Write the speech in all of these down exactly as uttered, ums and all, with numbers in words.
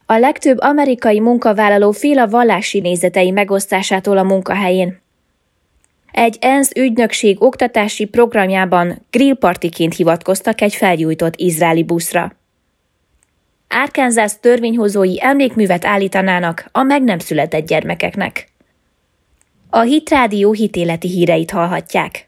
A legtöbb amerikai munkavállaló fél a vallási nézetei megosztásától a munkahelyén. Egy ENSZ ügynökség oktatási programjában grillpartiként hivatkoztak egy felgyújtott izraeli buszra. Arkansas törvényhozói emlékművet állítanának a meg nem született gyermekeknek. A Hit Rádió hitéleti híreit hallhatják.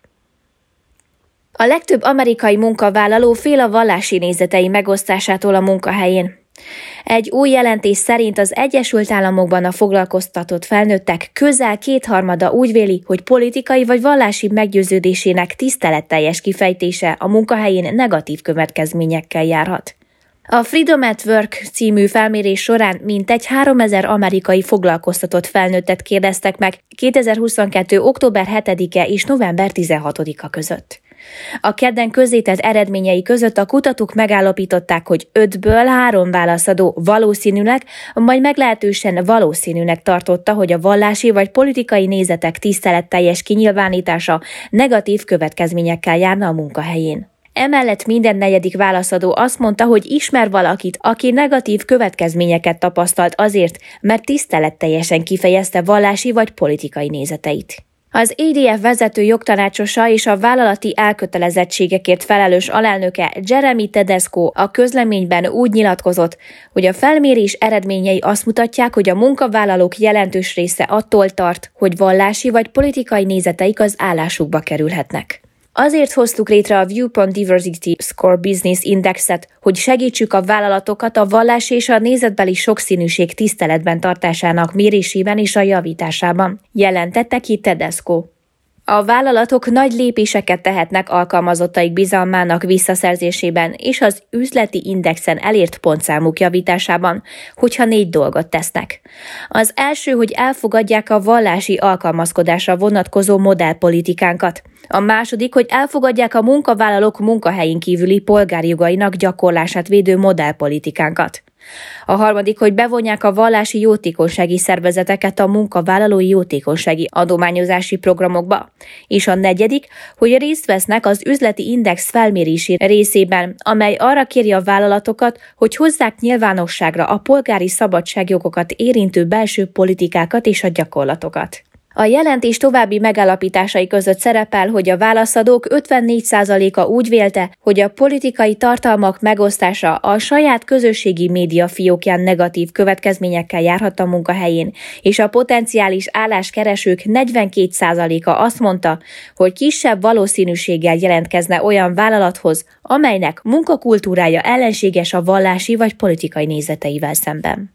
A legtöbb amerikai munkavállaló fél a vallási nézetei megosztásától a munkahelyén. Egy új jelentés szerint az Egyesült Államokban a foglalkoztatott felnőttek közel kétharmada úgy véli, hogy politikai vagy vallási meggyőződésének tiszteletteljes kifejtése a munkahelyén negatív következményekkel járhat. A Freedom at Work című felmérés során mintegy háromezer amerikai foglalkoztatott felnőttet kérdeztek meg kétezer-huszonkettő. október hetedike és november tizenhatodika között. A kedden közzétett eredményei között a kutatók megállapították, hogy ötből három válaszadó valószínűleg, vagy meglehetősen valószínűnek tartotta, hogy a vallási vagy politikai nézetek tiszteletteljes kinyilvánítása negatív következményekkel járna a munkahelyén. Emellett minden negyedik válaszadó azt mondta, hogy ismer valakit, aki negatív következményeket tapasztalt azért, mert tiszteletteljesen kifejezte vallási vagy politikai nézeteit. Az á dé ef vezető jogtanácsosa és a vállalati elkötelezettségekért felelős alelnöke Jeremy Tedesco a közleményben úgy nyilatkozott, hogy a felmérés eredményei azt mutatják, hogy a munkavállalók jelentős része attól tart, hogy vallási vagy politikai nézeteik az állásukba kerülhetnek. Azért hoztuk létre a Viewpoint Diversity Score Business Indexet, hogy segítsük a vállalatokat a vallás és a nézetbeli sokszínűség tiszteletben tartásának mérésében és a javításában, jelentette ki Tedesco. A vállalatok nagy lépéseket tehetnek alkalmazottaik bizalmának visszaszerzésében és az üzleti indexen elért pontszámuk javításában, hogyha négy dolgot tesznek. Az első, hogy elfogadják a vallási alkalmazkodásra vonatkozó modellpolitikánkat. A második, hogy elfogadják a munkavállalók munkahelyén kívüli polgári jogainak gyakorlását védő modellpolitikánkat. A harmadik, hogy bevonják a vallási jótékonysági szervezeteket a munkavállalói jótékonysági adományozási programokba. És a negyedik, hogy részt vesznek az üzleti index felmérési részében, amely arra kéri a vállalatokat, hogy hozzák nyilvánosságra a polgári szabadságjogokat érintő belső politikákat és a gyakorlatokat. A jelentés további megállapításai között szerepel, hogy a válaszadók ötvennégy százaléka úgy vélte, hogy a politikai tartalmak megosztása a saját közösségi média fiókján negatív következményekkel járhat a munkahelyén, és a potenciális álláskeresők negyvenkét százaléka azt mondta, hogy kisebb valószínűséggel jelentkezne olyan vállalathoz, amelynek munkakultúrája ellenséges a vallási vagy politikai nézeteivel szemben.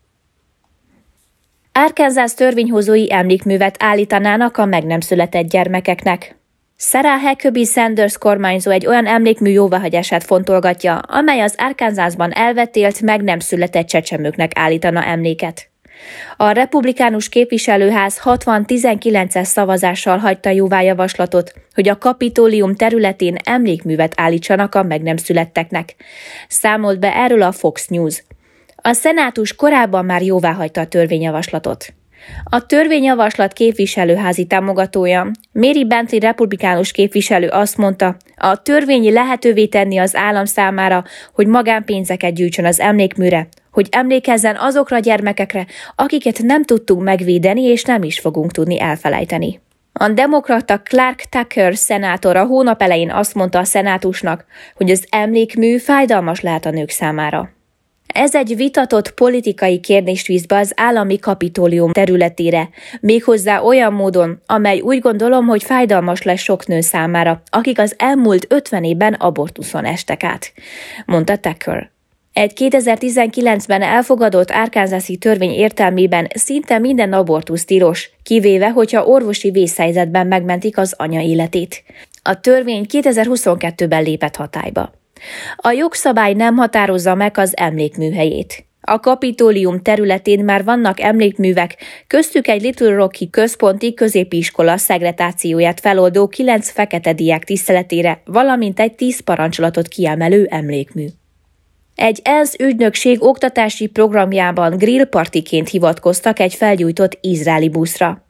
Arkansas törvényhozói emlékművet állítanának a meg nem született gyermekeknek. Sarah Huckabee Sanders kormányzó egy olyan emlékmű jóváhagyását fontolgatja, amely az Arkansasban elvetélt, meg nem született csecsemőknek állítana emléket. A republikánus képviselőház hatvan-tizenkilences szavazással hagyta jóvá javaslatot, hogy a Kapitólium területén emlékművet állítsanak a meg nem születteknek. Számolt be erről a Fox News. A szenátus korábban már jóváhagyta a törvényjavaslatot. A törvényjavaslat képviselőházi támogatója, Mary Bentley republikánus képviselő azt mondta, a törvény lehetővé tenni az állam számára, hogy magánpénzeket gyűjtsön az emlékműre, hogy emlékezzen azokra a gyermekekre, akiket nem tudtunk megvédeni és nem is fogunk tudni elfelejteni. A demokrata Clark Tucker szenátor a hónap elején azt mondta a szenátusnak, hogy az emlékmű fájdalmas lehet a nők számára. Ez egy vitatott politikai kérdést visz be az állami kapitólium területére, méghozzá olyan módon, amely úgy gondolom, hogy fájdalmas lesz sok nő számára, akik az elmúlt ötven évben abortuszon estek át, mondta Tucker. Egy kétezer-tizenkilencben elfogadott arkansasi törvény értelmében szinte minden abortusz tilos, kivéve, hogyha orvosi vészhelyzetben megmentik az anya életét. A törvény kétezer-huszonkettőben lépett hatályba. A jogszabály nem határozza meg az emlékmű helyét. A Kapitólium területén már vannak emlékművek, köztük egy Little Rocky központi középiskola szegregációját feloldó kilenc fekete diák tiszteletére, valamint egy tíz parancsolatot kiemelő emlékmű. Egy ENSZ ügynökség oktatási programjában grillpartiként hivatkoztak egy felgyújtott izraeli buszra.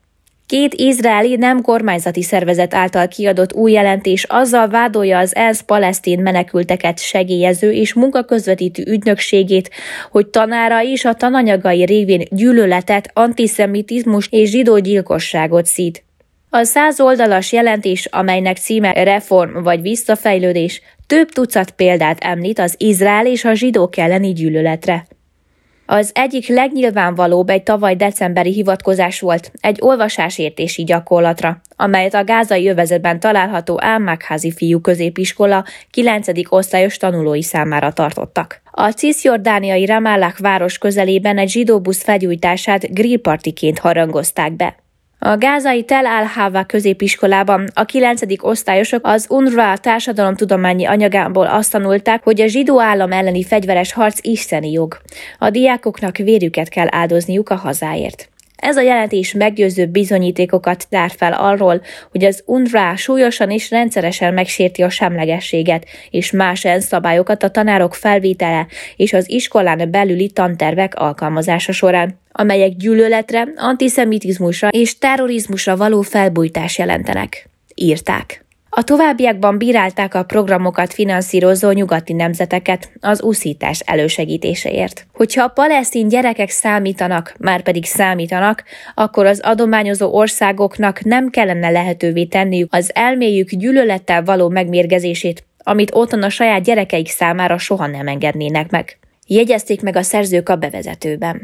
Két izraeli nem kormányzati szervezet által kiadott új jelentés azzal vádolja az ENSZ palesztin menekülteket segélyező és munkaközvetítő ügynökségét, hogy tanára és a tananyagai révén gyűlöletet, antiszemitizmus és zsidógyilkosságot szít. A száz oldalas jelentés, amelynek címe Reform vagy visszafejlődés, több tucat példát említ az Izrael és a zsidók elleni gyűlöletre. Az egyik legnyilvánvalóbb egy tavaly decemberi hivatkozás volt egy olvasásértési gyakorlatra, amelyet a gázai övezetben található Al-Makházi fiú középiskola kilencedik osztályos tanulói számára tartottak. A cisjordániai Ramallah város közelében egy zsidó busz felgyújtását grillpartiként harangozták be. A gázai Tel Al-Hava középiskolában a kilencedik osztályosok az UNRWA társadalomtudományi anyagából azt tanulták, hogy a zsidó állam elleni fegyveres harc isteni jog. A diákoknak vérüket kell áldozniuk a hazáért. Ez a jelentés meggyőző bizonyítékokat tár fel arról, hogy az UNRWA súlyosan és rendszeresen megsérti a semlegességet és más ENSZ szabályokat a tanárok felvétele és az iskolán belüli tantervek alkalmazása során, amelyek gyűlöletre, antiszemitizmusra és terrorizmusra való felbujtás jelentenek, írták. A továbbiakban bírálták a programokat finanszírozó nyugati nemzeteket az uszítás elősegítéséért. Hogyha a palesztin gyerekek számítanak, már pedig számítanak, akkor az adományozó országoknak nem kellene lehetővé tenniük az elméjük gyűlölettel való megmérgezését, amit otthon a saját gyerekeik számára soha nem engednének meg. Jegyezték meg a szerzők a bevezetőben.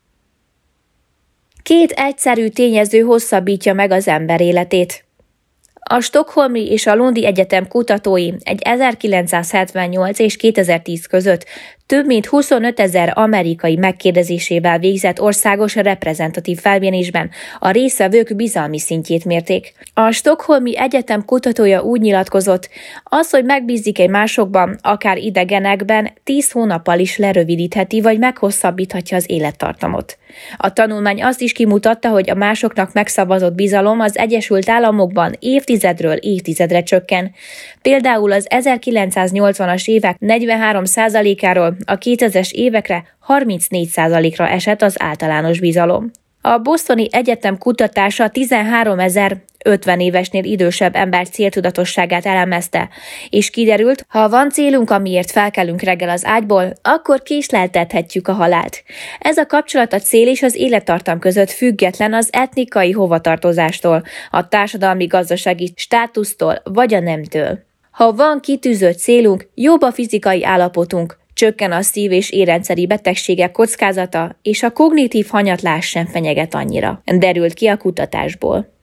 Két egyszerű tényező hosszabbítja meg az ember életét. A Stockholmi és a Lundi Egyetem kutatói egy ezerkilencszázhetvennyolc és kétezer-tíz között több mint huszonötezer amerikai megkérdezésével végzett országos reprezentatív felmérésben a résztvevők bizalmi szintjét mérték. A Stockholmi Egyetem kutatója úgy nyilatkozott, az, hogy megbízik egy másokban, akár idegenekben, tíz hónappal is lerövidítheti vagy meghosszabbíthatja az élettartamot. A tanulmány azt is kimutatta, hogy a másoknak megszavazott bizalom az Egyesült Államokban évtizedről évtizedre csökken. Például az ezerkilencszáznyolcvanas évek negyvenhárom százalékáról a kétezres évekre harmincnégy százalékra esett az általános bizalom. A Bostoni Egyetem kutatása tizenháromezer ötven évesnél idősebb ember céltudatosságát elemezte, és kiderült, ha van célunk, amiért felkelünk reggel az ágyból, akkor késleltethetjük a halált. Ez a kapcsolat a cél és az élettartam között független az etnikai hovatartozástól, a társadalmi-gazdasági státusztól vagy a nemtől. Ha van kitűzött célunk, jobb a fizikai állapotunk, csökken a szív- és érrendszeri betegségek kockázata, és a kognitív hanyatlás sem fenyeget annyira, derült ki a kutatásból.